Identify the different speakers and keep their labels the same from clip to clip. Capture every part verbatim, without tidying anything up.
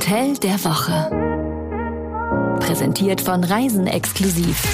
Speaker 1: Hotel der Woche. Präsentiert von Reisen exklusiv.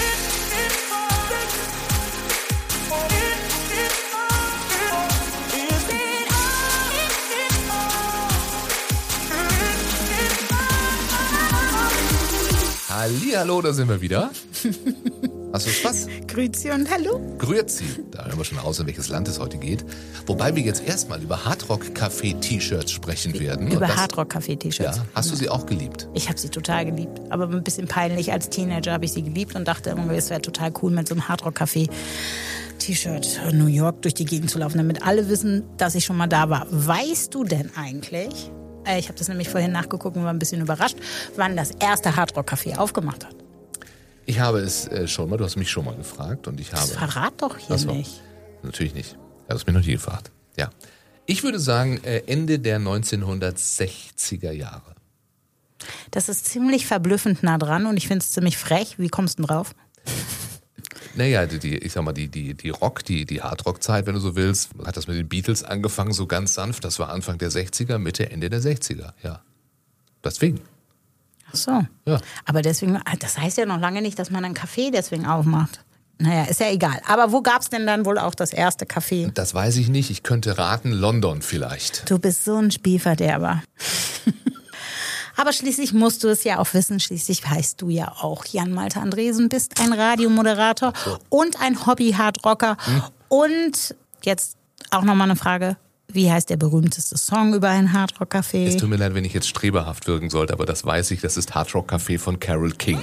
Speaker 2: Hallihallo, da sind wir wieder. Hast du Spaß?
Speaker 3: Grüezi und hallo.
Speaker 2: Grüezi. Da hören wir schon raus, in welches Land es heute geht. Wobei wir jetzt erstmal über Hardrock-Café-T-Shirts sprechen werden.
Speaker 3: Über Hardrock-Café-T-Shirts.
Speaker 2: Ja. Hast du sie auch geliebt?
Speaker 3: Ich habe sie total geliebt. Aber ein bisschen peinlich. Als Teenager habe ich sie geliebt und dachte irgendwie, es wäre total cool, mit so einem Hardrock-Café-T-Shirt New York durch die Gegend zu laufen, damit alle wissen, dass ich schon mal da war. Weißt du denn eigentlich, ich habe das nämlich vorhin nachgeguckt und war ein bisschen überrascht, wann das erste Hardrock-Café aufgemacht hat?
Speaker 2: Ich habe es äh, schon mal, du hast mich schon mal gefragt und ich habe...
Speaker 3: Das verrat doch hier
Speaker 2: Achso,
Speaker 3: nicht.
Speaker 2: Natürlich nicht. Du hast mich noch nie gefragt. Ja. Ich würde sagen äh, Ende der neunzehnhundertsechziger Jahre.
Speaker 3: Das ist ziemlich verblüffend nah dran und ich finde es ziemlich frech. Wie kommst du denn drauf?
Speaker 2: Naja, die, die, ich sag mal, die, die, die Rock, die, die Hardrock-Zeit, wenn du so willst, hat das mit den Beatles angefangen, so ganz sanft. Das war Anfang der sechziger, Mitte, Ende der sechziger, ja. Deswegen.
Speaker 3: Ach so.
Speaker 2: Ja.
Speaker 3: Aber deswegen, das heißt ja noch lange nicht, dass man ein Café deswegen aufmacht. Naja, ist ja egal. Aber wo gab es denn dann wohl auch das erste Café?
Speaker 2: Das weiß ich nicht. Ich könnte raten, London vielleicht.
Speaker 3: Du bist so ein Spielverderber. Aber schließlich musst du es ja auch wissen. Schließlich heißt du ja auch Jan Malte Andresen, bist ein Radiomoderator so. Und ein Hobby-Hardrocker. Hm. Und jetzt auch nochmal eine Frage. Wie heißt der berühmteste Song über ein Hardrock-Café?
Speaker 2: Es tut mir leid, wenn ich jetzt streberhaft wirken sollte, aber das weiß ich. Das ist Hardrock-Café von Carole King.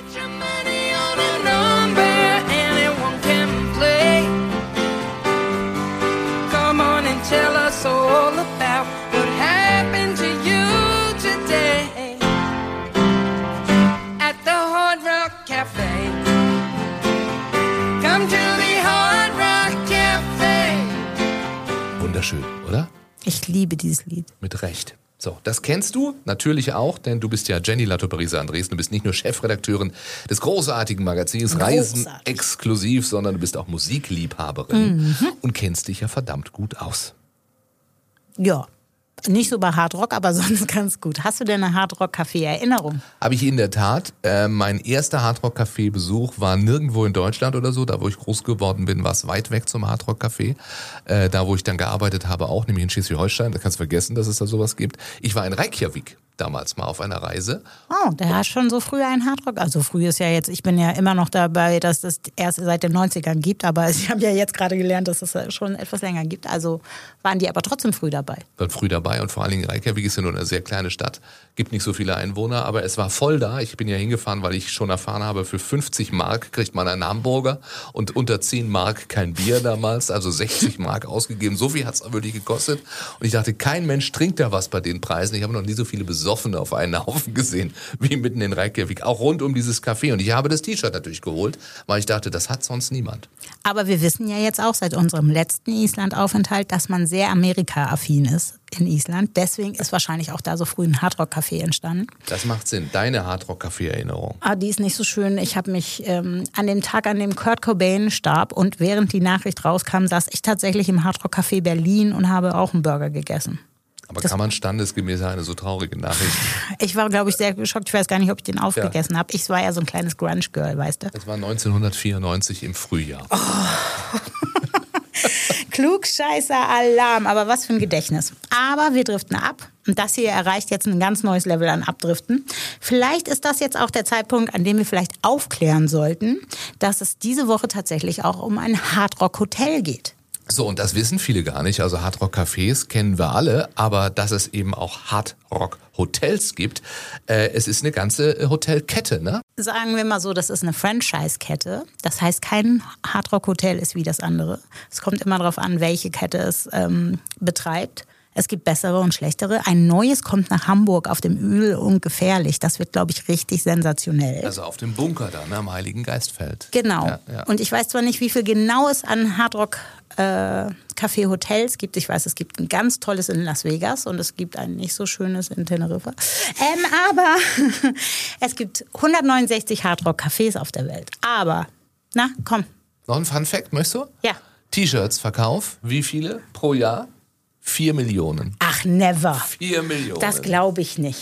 Speaker 2: Wunderschön, oder?
Speaker 3: Ich liebe dieses Lied.
Speaker 2: Mit Recht. So, das kennst du natürlich auch, denn du bist ja Jenny Latto-Parisa Andresen. Du bist nicht nur Chefredakteurin des großartigen Magazins Reisen exklusiv, sondern du bist auch Musikliebhaberin mhm. und kennst dich ja verdammt gut aus.
Speaker 3: Ja. Nicht so bei Hardrock, aber sonst ganz gut. Hast du denn eine Hardrock-Café-Erinnerung?
Speaker 2: Habe ich in der Tat. Äh, mein erster Hardrock-Café-Besuch war nirgendwo in Deutschland oder so. Da, wo ich groß geworden bin, war es weit weg zum Hardrock-Café. Äh, da, wo ich dann gearbeitet habe, auch, nämlich in Schleswig-Holstein. Da kannst du vergessen, dass es da sowas gibt. Ich war in Reykjavik damals mal auf einer Reise.
Speaker 3: Oh, der hat schon so früh einen Hardrock. Also früh ist ja jetzt, ich bin ja immer noch dabei, dass das erst seit den neunzigern gibt. Aber ich habe ja jetzt gerade gelernt, dass es schon etwas länger gibt. Also waren die aber trotzdem früh dabei.
Speaker 2: Waren früh dabei und vor allen Dingen Reykjavik ist ja nur eine sehr kleine Stadt. Gibt nicht so viele Einwohner, aber es war voll da. Ich bin ja hingefahren, weil ich schon erfahren habe, für fünfzig Mark kriegt man einen Hamburger und unter zehn Mark kein Bier damals. Also sechzig Mark ausgegeben. So viel hat es wirklich gekostet. Und ich dachte, kein Mensch trinkt da was bei den Preisen. Ich habe noch nie so viele Besoffene auf einen Haufen gesehen, wie mitten in Reykjavik. Auch rund um dieses Café. Und ich habe das T-Shirt natürlich geholt, weil ich dachte, das hat sonst niemand.
Speaker 3: Aber wir wissen ja jetzt auch seit unserem letzten Island-Aufenthalt, dass man sehr Amerika-affin ist in Island. Deswegen ist wahrscheinlich auch da so früh ein Hardrock-Café entstanden.
Speaker 2: Das macht Sinn. Deine Hardrock-Café-Erinnerung.
Speaker 3: Ah, die ist nicht so schön. Ich habe mich ähm, an dem Tag, an dem Kurt Cobain starb und während die Nachricht rauskam, saß ich tatsächlich im Hardrock-Café Berlin und habe auch einen Burger gegessen.
Speaker 2: Aber
Speaker 3: das
Speaker 2: kann man standesgemäß eine so traurige Nachricht?
Speaker 3: Ich war, glaube ich, sehr geschockt. Ich weiß gar nicht, ob ich den aufgegessen ja. habe. Ich war ja so ein kleines Grunge-Girl, weißt du.
Speaker 2: Das war neunzehnhundertvierundneunzig im Frühjahr.
Speaker 3: Oh. Klugscheißer Alarm, aber was für ein Gedächtnis. Aber wir driften ab und das hier erreicht jetzt ein ganz neues Level an Abdriften. Vielleicht ist das jetzt auch der Zeitpunkt, an dem wir vielleicht aufklären sollten, dass es diese Woche tatsächlich auch um ein Hardrock-Hotel geht.
Speaker 2: So, und das wissen viele gar nicht. Also Hardrock-Cafés kennen wir alle, aber dass es eben auch Hardrock-Hotels gibt, äh, es ist eine ganze Hotelkette, ne?
Speaker 3: Sagen wir mal so, das ist eine Franchise-Kette. Das heißt, kein Hardrock-Hotel ist wie das andere. Es kommt immer darauf an, welche Kette es ähm, betreibt. Es gibt bessere und schlechtere. Ein neues kommt nach Hamburg auf dem Übel und Gefährlich. Das wird, glaube ich, richtig sensationell.
Speaker 2: Also auf dem Bunker da, ne, am Heiligen Geistfeld.
Speaker 3: Genau.
Speaker 2: Ja, ja.
Speaker 3: Und ich weiß zwar nicht, wie viel genau es an Hardrock-Café-Hotels gibt. Ich weiß, es gibt ein ganz tolles in Las Vegas und es gibt ein nicht so schönes in Teneriffa. Ähm, aber es gibt hundertneunundsechzig Hardrock-Cafés auf der Welt. Aber, na, komm.
Speaker 2: Noch ein Fun-Fact, möchtest du?
Speaker 3: Ja.
Speaker 2: T-Shirts-Verkauf, wie viele pro Jahr? Vier Millionen.
Speaker 3: Ach, never.
Speaker 2: Vier Millionen.
Speaker 3: Das glaube ich nicht.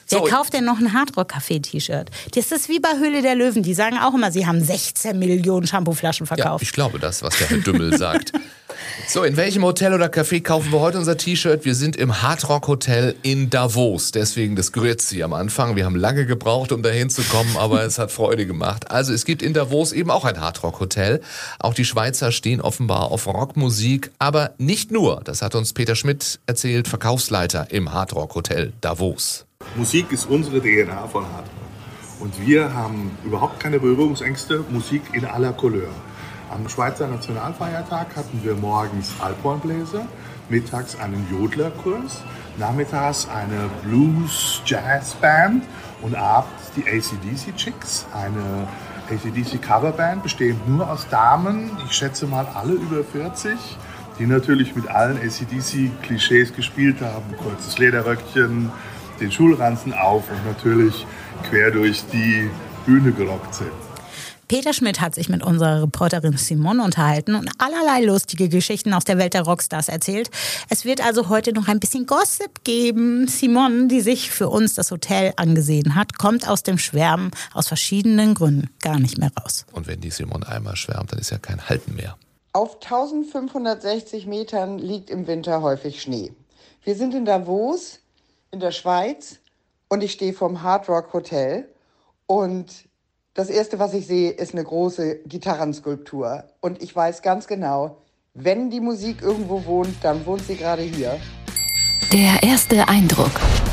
Speaker 3: Wer
Speaker 2: So,
Speaker 3: kauft denn noch ein Hardrock-Café-T-Shirt? Das ist wie bei Höhle der Löwen. Die sagen auch immer, sie haben sechzehn Millionen Shampooflaschen
Speaker 2: ja,
Speaker 3: verkauft.
Speaker 2: ich glaube das, was der Herr Dümmel sagt. So, in welchem Hotel oder Café kaufen wir heute unser T-Shirt? Wir sind im Hard Rock Hotel in Davos. Deswegen das Grüezi am Anfang. Wir haben lange gebraucht, um dahin zu kommen, aber es hat Freude gemacht. Also es gibt in Davos eben auch ein Hard Rock Hotel. Auch die Schweizer stehen offenbar auf Rockmusik, aber nicht nur. Das hat uns Peter Schmidt erzählt, Verkaufsleiter im Hard Rock Hotel Davos.
Speaker 4: Musik ist unsere D N A von Hard Rock. Und wir haben überhaupt keine Berührungsängste. Musik in aller Couleur. Am Schweizer Nationalfeiertag hatten wir morgens Alphornbläser, mittags einen Jodlerkurs, nachmittags eine Blues-Jazz-Band und abends die A C D C Chicks, eine A C D C Coverband, bestehend nur aus Damen, ich schätze mal alle über vierzig, die natürlich mit allen A C D C-Klischees gespielt haben, kurzes Lederröckchen, den Schulranzen auf und natürlich quer durch die Bühne gerockt sind.
Speaker 3: Peter Schmidt hat sich mit unserer Reporterin Simone unterhalten und allerlei lustige Geschichten aus der Welt der Rockstars erzählt. Es wird also heute noch ein bisschen Gossip geben. Simone, die sich für uns das Hotel angesehen hat, kommt aus dem Schwärmen aus verschiedenen Gründen gar nicht mehr raus.
Speaker 2: Und wenn die Simone einmal schwärmt, dann ist ja kein Halten mehr.
Speaker 5: Auf eintausendfünfhundertsechzig Metern liegt im Winter häufig Schnee. Wir sind in Davos, in der Schweiz, und ich stehe vom Hard Rock Hotel und das Erste, was ich sehe, ist eine große Gitarrenskulptur. Und ich weiß ganz genau, wenn die Musik irgendwo wohnt, dann wohnt sie gerade hier.
Speaker 1: Der erste Eindruck.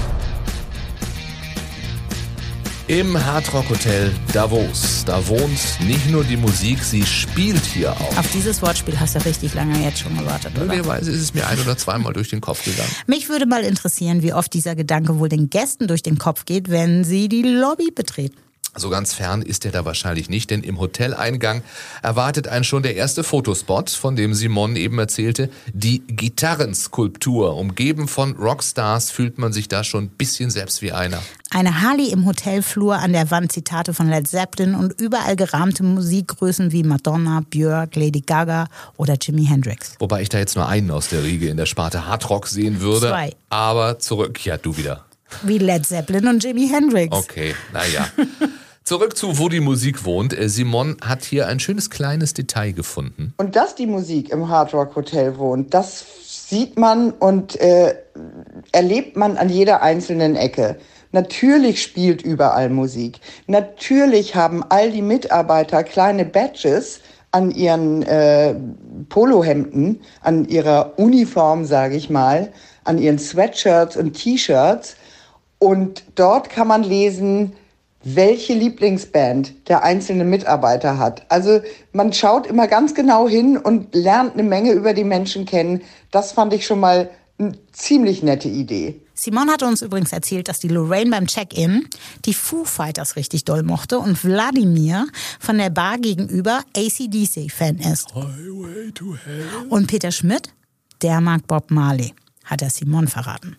Speaker 2: Im Hard Rock Hotel Davos. Da wohnt nicht nur die Musik, sie spielt hier auch.
Speaker 3: Auf dieses Wortspiel hast du richtig lange jetzt schon gewartet, oder?
Speaker 2: Möglicherweise ist es mir ein- oder zweimal durch den Kopf gegangen.
Speaker 3: Mich würde mal interessieren, wie oft dieser Gedanke wohl den Gästen durch den Kopf geht, wenn sie die Lobby betreten.
Speaker 2: So ganz fern ist er da wahrscheinlich nicht, denn im Hoteleingang erwartet einen schon der erste Fotospot, von dem Simone eben erzählte. Die Gitarrenskulptur. Umgeben von Rockstars fühlt man sich da schon ein bisschen selbst wie einer.
Speaker 3: Eine Harley im Hotelflur, an der Wand Zitate von Led Zeppelin und überall gerahmte Musikgrößen wie Madonna, Björk, Lady Gaga oder Jimi Hendrix.
Speaker 2: Wobei ich da jetzt nur einen aus der Riege in der Sparte Hardrock sehen würde.
Speaker 3: Zwei.
Speaker 2: Aber zurück, ja, du wieder.
Speaker 3: Wie Led Zeppelin und Jimi Hendrix.
Speaker 2: Okay, naja. Zurück zu Wo die Musik wohnt. Simone hat hier ein schönes kleines Detail gefunden.
Speaker 5: Und dass die Musik im Hard Rock Hotel wohnt, das sieht man und äh, erlebt man an jeder einzelnen Ecke. Natürlich spielt überall Musik. Natürlich haben all die Mitarbeiter kleine Badges an ihren äh, Polohemden, an ihrer Uniform, sage ich mal, an ihren Sweatshirts und T-Shirts. Und dort kann man lesen, welche Lieblingsband der einzelne Mitarbeiter hat. Also man schaut immer ganz genau hin und lernt eine Menge über die Menschen kennen. Das fand ich schon mal eine ziemlich nette Idee.
Speaker 3: Simone hat uns übrigens erzählt, dass die Lorraine beim Check-in die Foo Fighters richtig doll mochte und Wladimir von der Bar gegenüber A C D C-Fan ist.
Speaker 2: Highway to Hell.
Speaker 3: Und Peter Schmidt, der mag Bob Marley, hat er Simone verraten.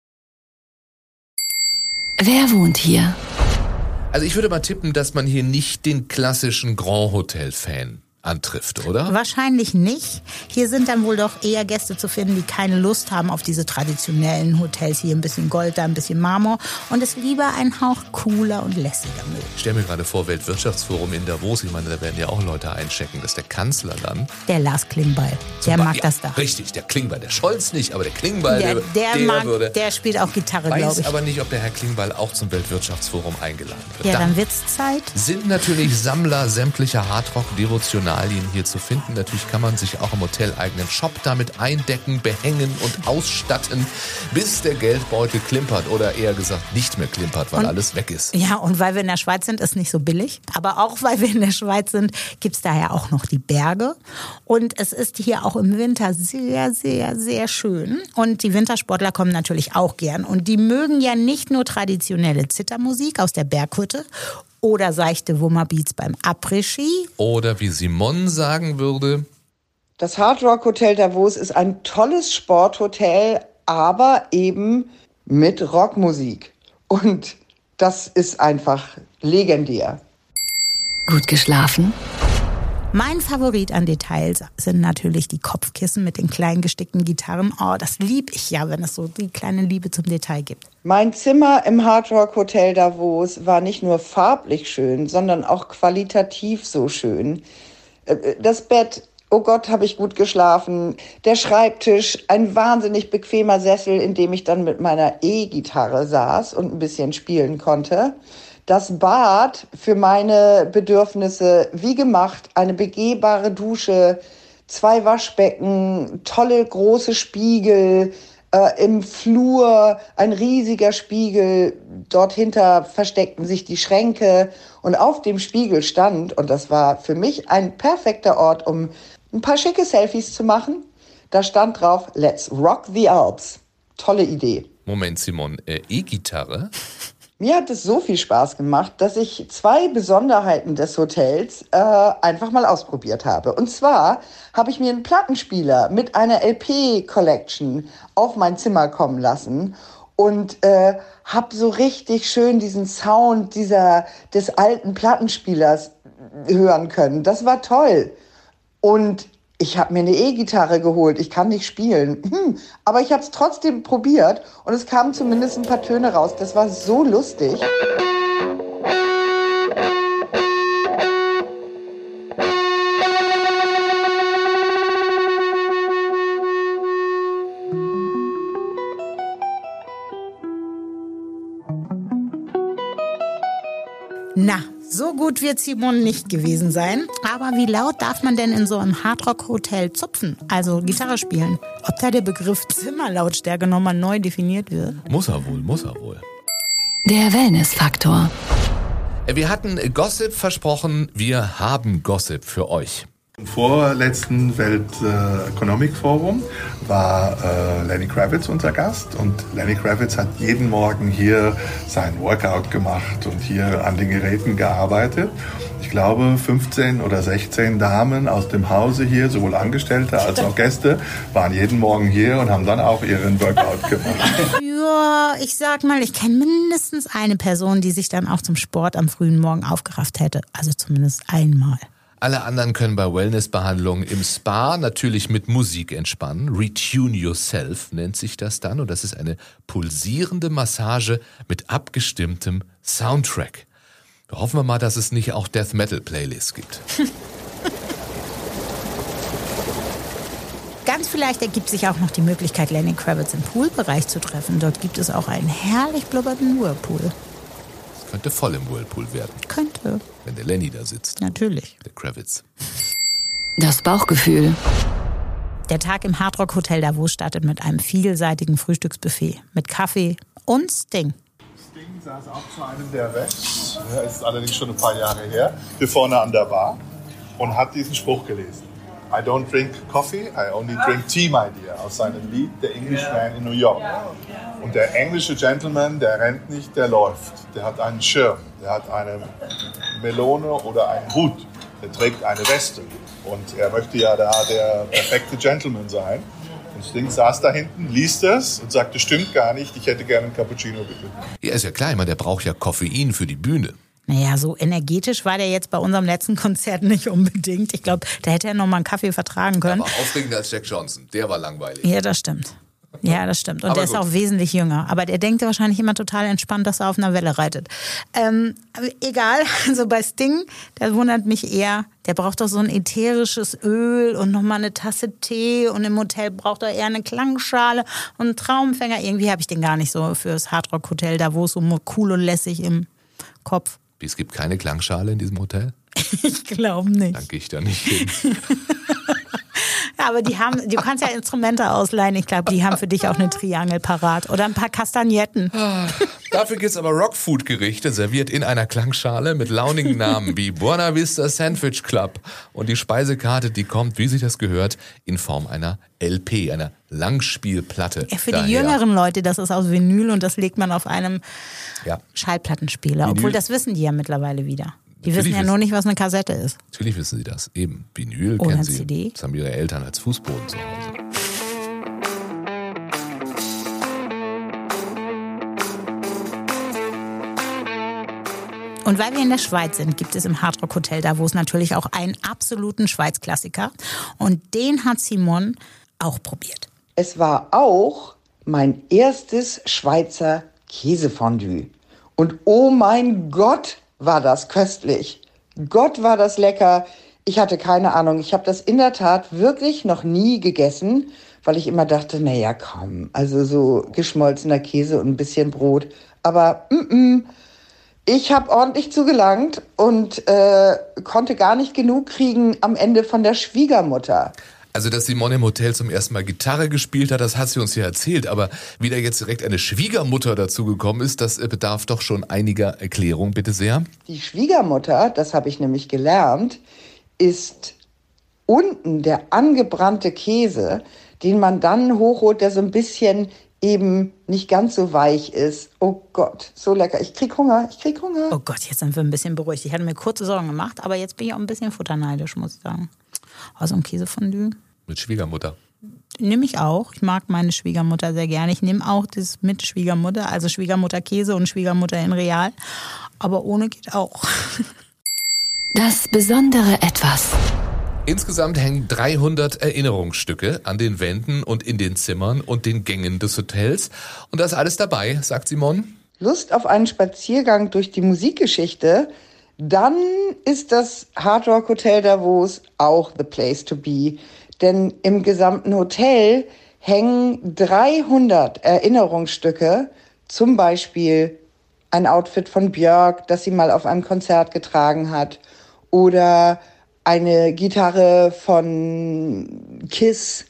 Speaker 1: Wer wohnt hier?
Speaker 2: Also ich würde mal tippen, dass man hier nicht den klassischen Grand Hotel-Fan antrifft, oder?
Speaker 3: Wahrscheinlich nicht. Hier sind dann wohl doch eher Gäste zu finden, die keine Lust haben auf diese traditionellen Hotels. Hier ein bisschen Gold, da ein bisschen Marmor und es lieber ein Hauch cooler und lässiger mögen.
Speaker 2: Ich stelle mir gerade vor, Weltwirtschaftsforum in Davos, ich meine, da werden ja auch Leute einchecken, dass der Kanzler dann...
Speaker 3: Der Lars Klingbeil, der mag
Speaker 2: ja,
Speaker 3: das da.
Speaker 2: Richtig, der Klingbeil, der Scholz nicht, aber der Klingbeil,
Speaker 3: Der,
Speaker 2: der,
Speaker 3: der,
Speaker 2: der
Speaker 3: mag,
Speaker 2: würde...
Speaker 3: der spielt auch Gitarre, glaube
Speaker 2: Weiß
Speaker 3: ich.
Speaker 2: aber nicht, ob der Herr Klingbeil auch zum Weltwirtschaftsforum eingeladen wird.
Speaker 3: Ja,
Speaker 2: Da
Speaker 3: dann wird's Zeit.
Speaker 2: sind natürlich Sammler sämtlicher Hardrock-Devotionalien hier zu finden. Natürlich kann man sich auch im hoteleigenen Shop damit eindecken, behängen und ausstatten, bis der Geldbeutel klimpert oder eher gesagt nicht mehr klimpert, weil
Speaker 3: Und-
Speaker 2: alles weg ist.
Speaker 3: Ja, und weil wir in der Schweiz sind, ist nicht so billig. Aber auch weil wir in der Schweiz sind, gibt's daher auch noch die Berge. Und es ist hier auch im Winter sehr, sehr, sehr schön. Und die Wintersportler kommen natürlich auch gern. Und die mögen ja nicht nur traditionelle Zittermusik aus der Berghütte oder seichte Wummerbeats beim Après-Ski.
Speaker 2: Oder wie Simone sagen würde,
Speaker 5: Das Hard Rock Hotel Davos ist ein tolles Sporthotel, aber eben mit Rockmusik. Und das ist einfach legendär.
Speaker 1: Gut geschlafen?
Speaker 3: Mein Favorit an Details sind natürlich die Kopfkissen mit den kleinen gestickten Gitarren. Oh, das liebe ich ja, wenn es so die kleine Liebe zum Detail gibt.
Speaker 5: Mein Zimmer im Hard Rock Hotel Davos war nicht nur farblich schön, sondern auch qualitativ so schön. Das Bett, oh Gott, habe ich gut geschlafen. Der Schreibtisch, ein wahnsinnig bequemer Sessel, in dem ich dann mit meiner E-Gitarre saß und ein bisschen spielen konnte. Das Bad für meine Bedürfnisse wie gemacht, eine begehbare Dusche, zwei Waschbecken, tolle große Spiegel, äh, im Flur ein riesiger Spiegel, dort hinter versteckten sich die Schränke und auf dem Spiegel stand, und das war für mich ein perfekter Ort, um ein paar schicke Selfies zu machen, da stand drauf, let's rock the Alps. Tolle Idee.
Speaker 2: Moment, Simon, äh, E-Gitarre?
Speaker 5: Mir hat es so viel Spaß gemacht, dass ich zwei Besonderheiten des Hotels äh, einfach mal ausprobiert habe. Und zwar habe ich mir einen Plattenspieler mit einer L P-Collection auf mein Zimmer kommen lassen und äh, habe so richtig schön diesen Sound dieser, des alten Plattenspielers hören können. Das war toll. Und ich habe mir eine E-Gitarre geholt. Ich kann nicht spielen. Hm, aber ich habe es trotzdem probiert und es kamen zumindest ein paar Töne raus. Das war so lustig.
Speaker 3: Na, so gut wird Simon nicht gewesen sein. Aber wie laut darf man denn in so einem Hardrock-Hotel zupfen, also Gitarre spielen? Ob da der Begriff Zimmerlautstärke nochmal neu definiert wird?
Speaker 2: Muss er wohl, muss er wohl.
Speaker 1: Der Wellness-Faktor.
Speaker 2: Wir hatten Gossip versprochen, wir haben Gossip für euch.
Speaker 4: Im vorletzten Welt äh, Economic Forum war äh, Lenny Kravitz unser Gast und Lenny Kravitz hat jeden Morgen hier sein Workout gemacht und hier an den Geräten gearbeitet. Ich glaube, fünfzehn oder sechzehn Damen aus dem Hause hier, sowohl Angestellte als auch Gäste, waren jeden Morgen hier und haben dann auch ihren Workout gemacht.
Speaker 3: Ja, ich sag mal, ich kenne mindestens eine Person, die sich dann auch zum Sport am frühen Morgen aufgerafft hätte. Also zumindest einmal.
Speaker 2: Alle anderen können bei Wellnessbehandlungen im Spa natürlich mit Musik entspannen. Retune Yourself nennt sich das dann. Und das ist eine pulsierende Massage mit abgestimmtem Soundtrack. Da hoffen wir mal, dass es nicht auch Death Metal Playlists gibt.
Speaker 3: Ganz vielleicht ergibt sich auch noch die Möglichkeit, Lenny Kravitz im Poolbereich zu treffen. Dort gibt es auch einen herrlich blubbernden Whirlpool.
Speaker 2: Könnte voll im Whirlpool werden.
Speaker 3: Könnte.
Speaker 2: Wenn der Lenny da sitzt.
Speaker 3: Natürlich.
Speaker 2: Der Kravitz.
Speaker 1: Das Bauchgefühl.
Speaker 3: Der Tag im Hard Rock Hotel Davos startet mit einem vielseitigen Frühstücksbuffet. Mit Kaffee und Sting.
Speaker 4: Sting saß auch zu einem der West, das ist allerdings schon ein paar Jahre her, hier vorne an der Bar und hat diesen Spruch gelesen. I don't drink coffee, I only drink tea, my dear, aus seinem Lied The Englishman in New York. Und der englische Gentleman, der rennt nicht, der läuft. Der hat einen Schirm, der hat eine Melone oder einen Hut, der trägt eine Weste. Und er möchte ja da der perfekte Gentleman sein. Und Sting saß da hinten, liest das und sagte, stimmt gar nicht, ich hätte gerne einen Cappuccino, bitte.
Speaker 2: Ja, ist ja klar, ich meine, der braucht ja Koffein für die Bühne.
Speaker 3: Naja, so energetisch war der jetzt bei unserem letzten Konzert nicht unbedingt. Ich glaube, da hätte er noch mal einen Kaffee vertragen können.
Speaker 2: Der war aufregender als Jack Johnson. Der war langweilig.
Speaker 3: Ja, das stimmt. Ja, das stimmt. Und
Speaker 2: Aber
Speaker 3: der ist
Speaker 2: gut.
Speaker 3: auch wesentlich jünger. Aber der denkt ja wahrscheinlich immer total entspannt, dass er auf einer Welle reitet. Ähm, aber egal, also bei Sting, der wundert mich eher, der braucht doch so ein ätherisches Öl und nochmal eine Tasse Tee. Und im Hotel braucht er eher eine Klangschale und einen Traumfänger. Irgendwie habe ich den gar nicht so fürs Hardrock-Hotel Davos so cool und lässig im Kopf.
Speaker 2: Es gibt keine Klangschale in diesem Hotel?
Speaker 3: Ich glaube nicht.
Speaker 2: Dann gehe ich da nicht hin.
Speaker 3: Ja, aber die haben, du kannst ja Instrumente ausleihen. Ich glaube, die haben für dich auch eine Triangel parat oder ein paar Kastagnetten.
Speaker 2: Dafür gibt es aber Rockfood-Gerichte, serviert in einer Klangschale mit launigen Namen wie Buena Vista Sandwich Club. Und die Speisekarte, die kommt, wie sich das gehört, in Form einer L P, einer Langspielplatte.
Speaker 3: Ja, für
Speaker 2: daher.
Speaker 3: die jüngeren Leute, das ist aus Vinyl und das legt man auf einem
Speaker 2: Ja.
Speaker 3: Schallplattenspieler.
Speaker 2: Vinyl.
Speaker 3: Obwohl, das wissen die ja mittlerweile wieder. Die
Speaker 2: Natürlich
Speaker 3: wissen ja
Speaker 2: wissen-
Speaker 3: nur nicht, was eine Kassette ist.
Speaker 2: Natürlich wissen sie das. Eben, Vinyl
Speaker 3: Oder
Speaker 2: kennen
Speaker 3: ein
Speaker 2: sie.
Speaker 3: C D.
Speaker 2: Das haben ihre Eltern als Fußboden zu Hause.
Speaker 3: Und weil wir in der Schweiz sind, gibt es im Hard Rock Hotel Davos natürlich auch einen absoluten Schweiz-Klassiker. Und den hat Simone auch probiert.
Speaker 5: Es war auch mein erstes Schweizer Käsefondue. Und oh mein Gott, war das köstlich. Gott, war das lecker. Ich hatte keine Ahnung. Ich habe das in der Tat wirklich noch nie gegessen, weil ich immer dachte, naja, komm, also so geschmolzener Käse und ein bisschen Brot. Aber mm, mm, ich habe ordentlich zugelangt und äh, konnte gar nicht genug kriegen am Ende von der Schwiegermutter.
Speaker 2: Also, dass Simone im Hotel zum ersten Mal Gitarre gespielt hat, das hat sie uns ja erzählt. Aber wie da jetzt direkt eine Schwiegermutter dazugekommen ist, das bedarf doch schon einiger Erklärung. Bitte sehr.
Speaker 5: Die Schwiegermutter, das habe ich nämlich gelernt, ist unten der angebrannte Käse, den man dann hochholt, der so ein bisschen eben nicht ganz so weich ist. Oh Gott, so lecker. Ich krieg Hunger, ich krieg Hunger.
Speaker 3: Oh Gott, jetzt sind wir ein bisschen beruhigt. Ich hatte mir kurze Sorgen gemacht, aber jetzt bin ich auch ein bisschen futterneidisch, muss ich sagen. Also ein Käsefondue.
Speaker 2: Mit Schwiegermutter.
Speaker 3: Nehme ich auch. Ich mag meine Schwiegermutter sehr gerne. Ich nehme auch das mit Schwiegermutter, also Schwiegermutter Käse und Schwiegermutter in Real. Aber ohne geht auch.
Speaker 1: Das besondere Etwas.
Speaker 2: Insgesamt hängen dreihundert Erinnerungsstücke an den Wänden und in den Zimmern und den Gängen des Hotels. Und da ist alles dabei, sagt Simone.
Speaker 5: Lust auf einen Spaziergang durch die Musikgeschichte? Dann ist das Hard Rock Hotel Davos auch the place to be. Denn im gesamten Hotel hängen dreihundert Erinnerungsstücke, zum Beispiel ein Outfit von Björk, das sie mal auf einem Konzert getragen hat, oder eine Gitarre von Kiss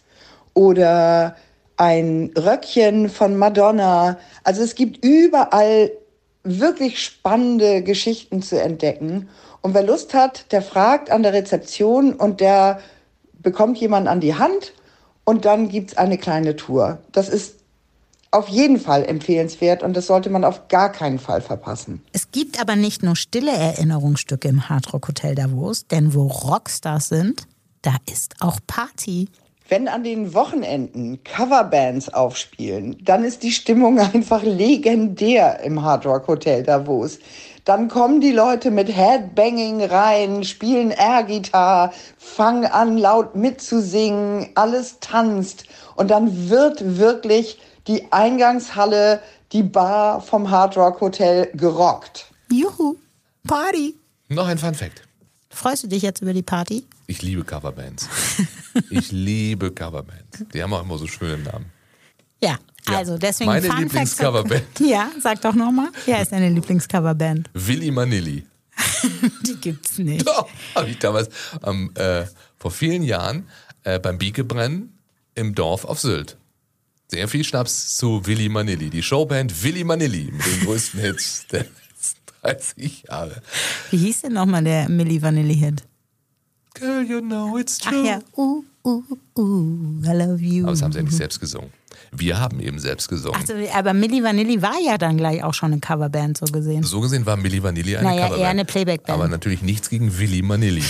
Speaker 5: oder ein Röckchen von Madonna. Also es gibt überall wirklich spannende Geschichten zu entdecken. Und wer Lust hat, der fragt an der Rezeption und der bekommt jemanden an die Hand und dann gibt's eine kleine Tour. Das ist auf jeden Fall empfehlenswert und das sollte man auf gar keinen Fall verpassen.
Speaker 3: Es gibt aber nicht nur stille Erinnerungsstücke im Hard Rock Hotel Davos, denn wo Rockstars sind, da ist auch Party.
Speaker 5: Wenn an den Wochenenden Coverbands aufspielen, dann ist die Stimmung einfach legendär im Hard Rock Hotel Davos. Dann kommen die Leute mit Headbanging rein, spielen Air-Gitarre, fangen an laut mitzusingen, alles tanzt und dann wird wirklich die Eingangshalle, die Bar vom Hard Rock Hotel gerockt.
Speaker 3: Juhu, Party.
Speaker 2: Noch ein Fun-Fact.
Speaker 3: Freust du dich jetzt über die Party?
Speaker 2: Ich liebe Coverbands. Ich liebe Coverbands. Die haben auch immer so schöne Namen.
Speaker 3: Ja,
Speaker 2: Ja,
Speaker 3: also deswegen
Speaker 2: meine
Speaker 3: Fun
Speaker 2: Lieblingscoverband.
Speaker 3: Facts- Ja, sag doch nochmal. Wer ist deine Lieblingscoverband?
Speaker 2: Willi Manilli.
Speaker 3: Die gibt's nicht.
Speaker 2: Doch, habe ich damals ähm, äh, vor vielen Jahren äh, beim Biegebrennen im Dorf auf Sylt. Sehr viel Schnaps zu Willi Manilli. Die Showband Willi Manilli mit den größten Hits der letzten dreißig Jahre.
Speaker 3: Wie hieß denn nochmal der Milli Vanilli-Hit?
Speaker 2: Girl, you know it's true.
Speaker 3: Ach ja, uh, uh, uh, I love you.
Speaker 2: Aber das haben sie ja nicht selbst gesungen. Wir haben eben selbst gesungen.
Speaker 3: Also, aber Milli Vanilli war ja dann gleich auch schon eine Coverband, so gesehen.
Speaker 2: So gesehen war Milli Vanilli eine
Speaker 3: Naja,
Speaker 2: Coverband.
Speaker 3: eher eine Playback-Band.
Speaker 2: Aber natürlich nichts gegen Willi Manilli.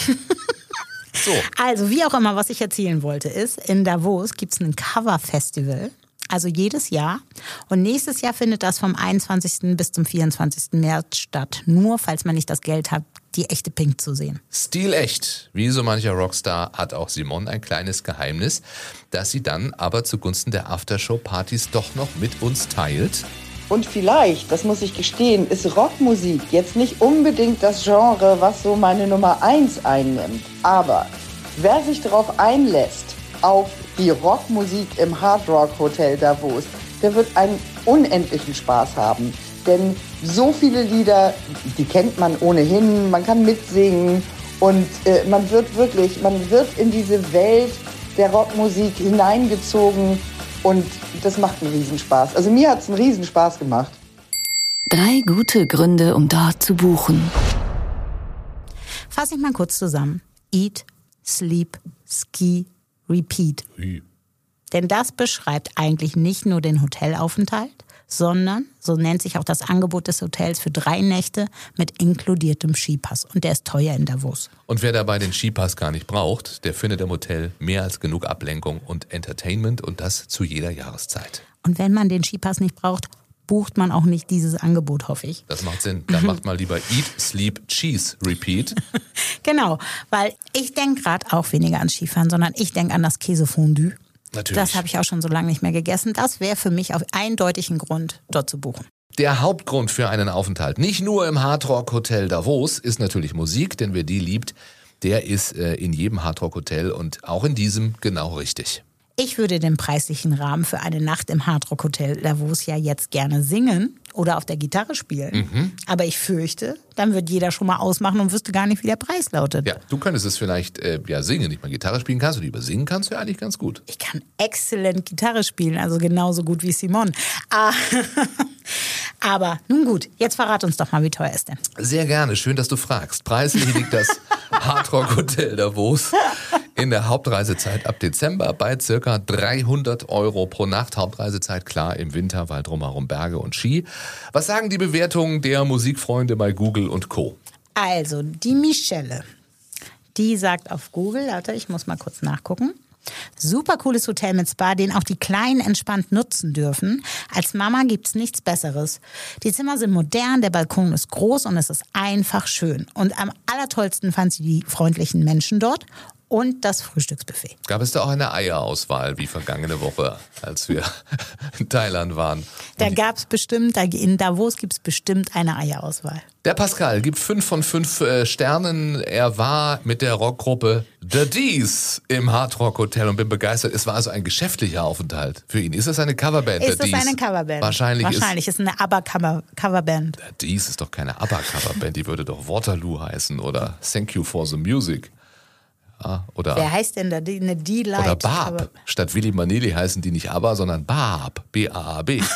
Speaker 2: So.
Speaker 3: Also, wie auch immer, was ich erzählen wollte, ist, in Davos gibt es ein Cover-Festival. Also jedes Jahr. Und nächstes Jahr findet das vom einundzwanzigsten bis zum vierundzwanzigsten März statt. Nur, falls man nicht das Geld hat, die echte Pink zu sehen.
Speaker 2: Stilecht. Wie so mancher Rockstar hat auch Simone ein kleines Geheimnis, das sie dann aber zugunsten der Aftershow-Partys doch noch mit uns teilt.
Speaker 5: Und vielleicht, das muss ich gestehen, ist Rockmusik jetzt nicht unbedingt das Genre, was so meine Nummer eins einnimmt. Aber wer sich darauf einlässt, auf die Rockmusik im Hard Rock Hotel Davos, der wird einen unendlichen Spaß haben. Denn so viele Lieder, die kennt man ohnehin, man kann mitsingen und äh, man wird wirklich, man wird in diese Welt der Rockmusik hineingezogen und das macht einen Riesenspaß. Also mir hat es einen Riesenspaß gemacht.
Speaker 1: Drei gute Gründe, um dort zu buchen.
Speaker 3: Fasse ich mal kurz zusammen. Eat, Sleep, Ski, Repeat.
Speaker 2: Ui.
Speaker 3: Denn das beschreibt eigentlich nicht nur den Hotelaufenthalt, sondern, so nennt sich auch das Angebot des Hotels, für drei Nächte mit inkludiertem Skipass. Und der ist teuer in Davos.
Speaker 2: Und wer dabei den Skipass gar nicht braucht, der findet im Hotel mehr als genug Ablenkung und Entertainment und das zu jeder Jahreszeit.
Speaker 3: Und wenn man den Skipass nicht braucht, bucht man auch nicht dieses Angebot, hoffe ich.
Speaker 2: Das macht Sinn. Da macht mal lieber Eat, Sleep, Cheese, Repeat.
Speaker 3: Genau, weil ich denke gerade auch weniger an Skifahren, sondern ich denke an das Käsefondue.
Speaker 2: Natürlich.
Speaker 3: Das habe ich auch schon so lange nicht mehr gegessen. Das wäre für mich auf eindeutig ein Grund, dort zu buchen.
Speaker 2: Der Hauptgrund für einen Aufenthalt, nicht nur im Hardrock Hotel Davos, ist natürlich Musik, denn wer die liebt, der ist äh, in jedem Hardrock Hotel und auch in diesem genau richtig.
Speaker 3: Ich würde den preislichen Rahmen für eine Nacht im Hardrock Hotel Davos ja jetzt gerne singen oder auf der Gitarre spielen. Mhm. Aber ich fürchte, dann wird jeder schon mal ausmachen und wüsste gar nicht, wie der Preis lautet.
Speaker 2: Ja, du könntest es vielleicht äh, ja singen, nicht mal Gitarre spielen kannst du, lieber singen kannst du ja eigentlich ganz gut.
Speaker 3: Ich kann exzellent Gitarre spielen, also genauso gut wie Simon. Ah, aber nun gut, jetzt verrat uns doch mal, wie teuer ist denn?
Speaker 2: Sehr gerne, schön, dass du fragst. Preislich liegt das Hardrock Hotel Davos in der Hauptreisezeit ab Dezember bei circa dreihundert Euro pro Nacht. Hauptreisezeit klar im Winter, weil drumherum Berge und Ski. Was sagen die Bewertungen der Musikfreunde bei Google und Co.?
Speaker 3: Also, die Michelle, die sagt auf Google, warte, ich muss mal kurz nachgucken. Super cooles Hotel mit Spa, den auch die Kleinen entspannt nutzen dürfen. Als Mama gibt's nichts Besseres. Die Zimmer sind modern, der Balkon ist groß und es ist einfach schön. Und am allertollsten fand sie die freundlichen Menschen dort und das Frühstücksbuffet.
Speaker 2: Gab es da auch eine Eierauswahl wie vergangene Woche, als wir in Thailand waren?
Speaker 3: Da gab's bestimmt, in Davos gibt's bestimmt eine Eierauswahl.
Speaker 2: Der Pascal gibt fünf von fünf äh, Sternen. Er war mit der Rockgruppe The D's im Hardrock Hotel und bin begeistert. Es war also ein geschäftlicher Aufenthalt für ihn. Ist das eine Coverband?
Speaker 3: Ist
Speaker 2: The
Speaker 3: das
Speaker 2: D's?
Speaker 3: eine Coverband?
Speaker 2: Wahrscheinlich,
Speaker 3: Wahrscheinlich ist, ist eine ABBA-Coverband.
Speaker 2: The D's ist doch keine ABBA-Coverband. Die würde doch Waterloo heißen oder Thank You for the Music. Ja, oder
Speaker 3: Wer heißt denn da? Eine D-Light?
Speaker 2: Oder Barb. Statt Willy Maneli heißen die nicht ABBA, sondern Barb. B A A B.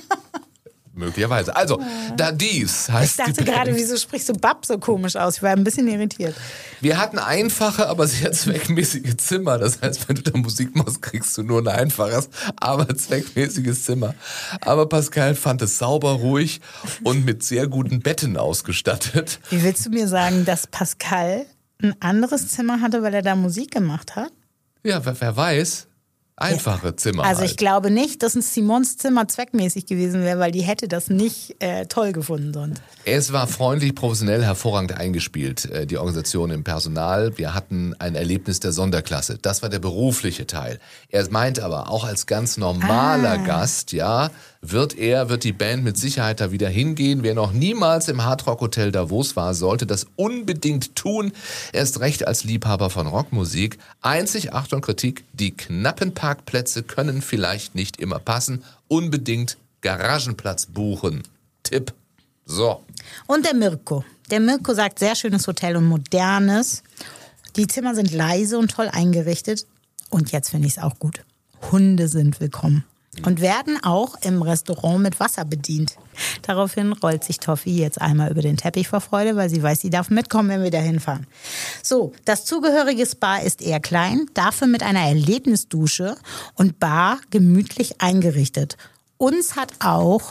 Speaker 2: Möglicherweise. Also, Da D's heißt die
Speaker 3: Ich dachte
Speaker 2: Band.
Speaker 3: gerade, wieso sprichst du Bab so komisch aus? Ich war ein bisschen irritiert.
Speaker 2: Wir hatten einfache, aber sehr zweckmäßige Zimmer. Das heißt, wenn du da Musik machst, kriegst du nur ein einfaches, aber zweckmäßiges Zimmer. Aber Pascal fand es sauber, ruhig und mit sehr guten Betten ausgestattet.
Speaker 3: Wie willst du mir sagen, dass Pascal ein anderes Zimmer hatte, weil er da Musik gemacht hat?
Speaker 2: Ja, wer, wer weiß. Einfache Zimmer.
Speaker 3: Also ich
Speaker 2: halt.
Speaker 3: glaube nicht, dass ein Simons Zimmer zweckmäßig gewesen wäre, weil die hätte das nicht äh, toll gefunden sonst.
Speaker 2: Es war freundlich, professionell, hervorragend eingespielt, äh, die Organisation im Personal. Wir hatten ein Erlebnis der Sonderklasse. Das war der berufliche Teil. Er meint aber, auch als ganz normaler
Speaker 3: Ah.
Speaker 2: Gast, ja, wird er, wird die Band mit Sicherheit da wieder hingehen. Wer noch niemals im Hardrock Hotel Davos war, sollte das unbedingt tun. Erst recht als Liebhaber von Rockmusik. Einzig, Achtung, Kritik, die knappen Parkplätze können vielleicht nicht immer passen. Unbedingt Garagenplatz buchen. Tipp. So.
Speaker 3: Und der Mirko. Der Mirko sagt, sehr schönes Hotel und modernes. Die Zimmer sind leise und toll eingerichtet. Und jetzt finde ich es auch gut. Hunde sind willkommen. Und werden auch im Restaurant mit Wasser bedient. Daraufhin rollt sich Toffi jetzt einmal über den Teppich vor Freude, weil sie weiß, sie darf mitkommen, wenn wir da hinfahren. So, das zugehörige Spa ist eher klein, dafür mit einer Erlebnisdusche und Bar gemütlich eingerichtet. Uns hat auch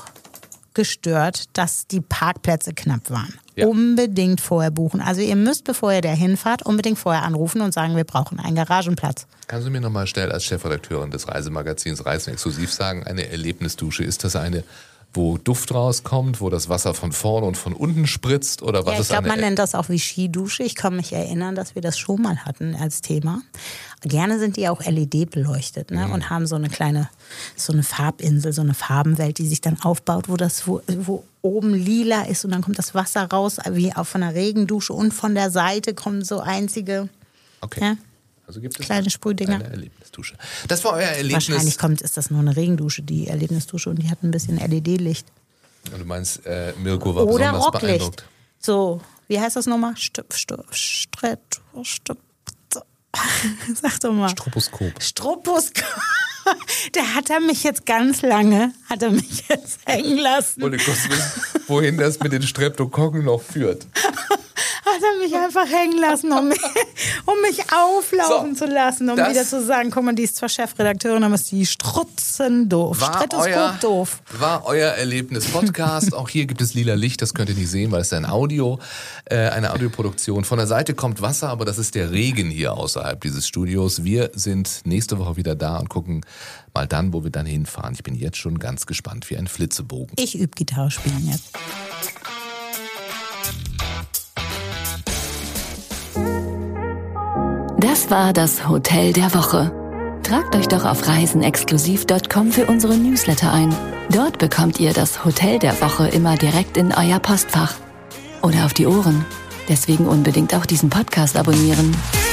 Speaker 3: gestört, dass die Parkplätze knapp waren. Ja. Unbedingt vorher buchen. Also ihr müsst, bevor ihr da hinfahrt, unbedingt vorher anrufen und sagen, wir brauchen einen Garagenplatz.
Speaker 2: Kannst du mir nochmal schnell als Chefredakteurin des Reisemagazins Reisen exklusiv sagen, eine Erlebnisdusche, ist das eine, wo Duft rauskommt, wo das Wasser von vorne und von unten spritzt? Oder was
Speaker 3: ja, ich
Speaker 2: ist
Speaker 3: glaube,
Speaker 2: eine
Speaker 3: man nennt das auch wie Skidusche. Ich kann mich erinnern, dass wir das schon mal hatten als Thema. Gerne sind die auch L E D beleuchtet, ne? Mhm. Und haben so eine kleine, so eine Farbinsel, so eine Farbenwelt, die sich dann aufbaut, wo das, wo, wo oben lila ist und dann kommt das Wasser raus, wie auch von der Regendusche und von der Seite kommen so einzige
Speaker 2: okay.
Speaker 3: ja,
Speaker 2: also gibt es
Speaker 3: kleine Sprühdinger.
Speaker 2: Eine Erlebnisdusche. Das war euer Erlebnis.
Speaker 3: Wahrscheinlich kommt, ist das nur eine Regendusche, die Erlebnisdusche, und die hat ein bisschen L E D-Licht.
Speaker 2: Und du meinst, äh, Mirko war
Speaker 3: Oder
Speaker 2: besonders
Speaker 3: Rocklicht.
Speaker 2: beeindruckt.
Speaker 3: So, wie heißt das nochmal? Stup, stup, stret, stup. Sag doch mal.
Speaker 2: Stroboskop.
Speaker 3: Stroboskop. Der hat er mich jetzt ganz lange, hat er mich jetzt hängen lassen.
Speaker 2: Und ich muss wissen, wohin das mit den Streptokokken noch führt.
Speaker 3: hat er mich einfach hängen lassen, um mich, um mich auflaufen so, zu lassen, um wieder zu sagen, guck mal, die ist zwar Chefredakteurin, aber ist die Strutzen doof.
Speaker 2: War euer, doof. War euer Erlebnis-Podcast. Auch hier gibt es lila Licht, das könnt ihr nicht sehen, weil es ist ein Audio, äh, eine Audioproduktion. Von der Seite kommt Wasser, aber das ist der Regen hier außerhalb dieses Studios. Wir sind nächste Woche wieder da und gucken mal dann, wo wir dann hinfahren. Ich bin jetzt schon ganz gespannt wie ein Flitzebogen.
Speaker 3: Ich übe Gitarre spielen jetzt.
Speaker 1: Das war das Hotel der Woche. Tragt euch doch auf reisenexklusiv Punkt com für unsere Newsletter ein. Dort bekommt ihr das Hotel der Woche immer direkt in euer Postfach. Oder auf die Ohren. Deswegen unbedingt auch diesen Podcast abonnieren.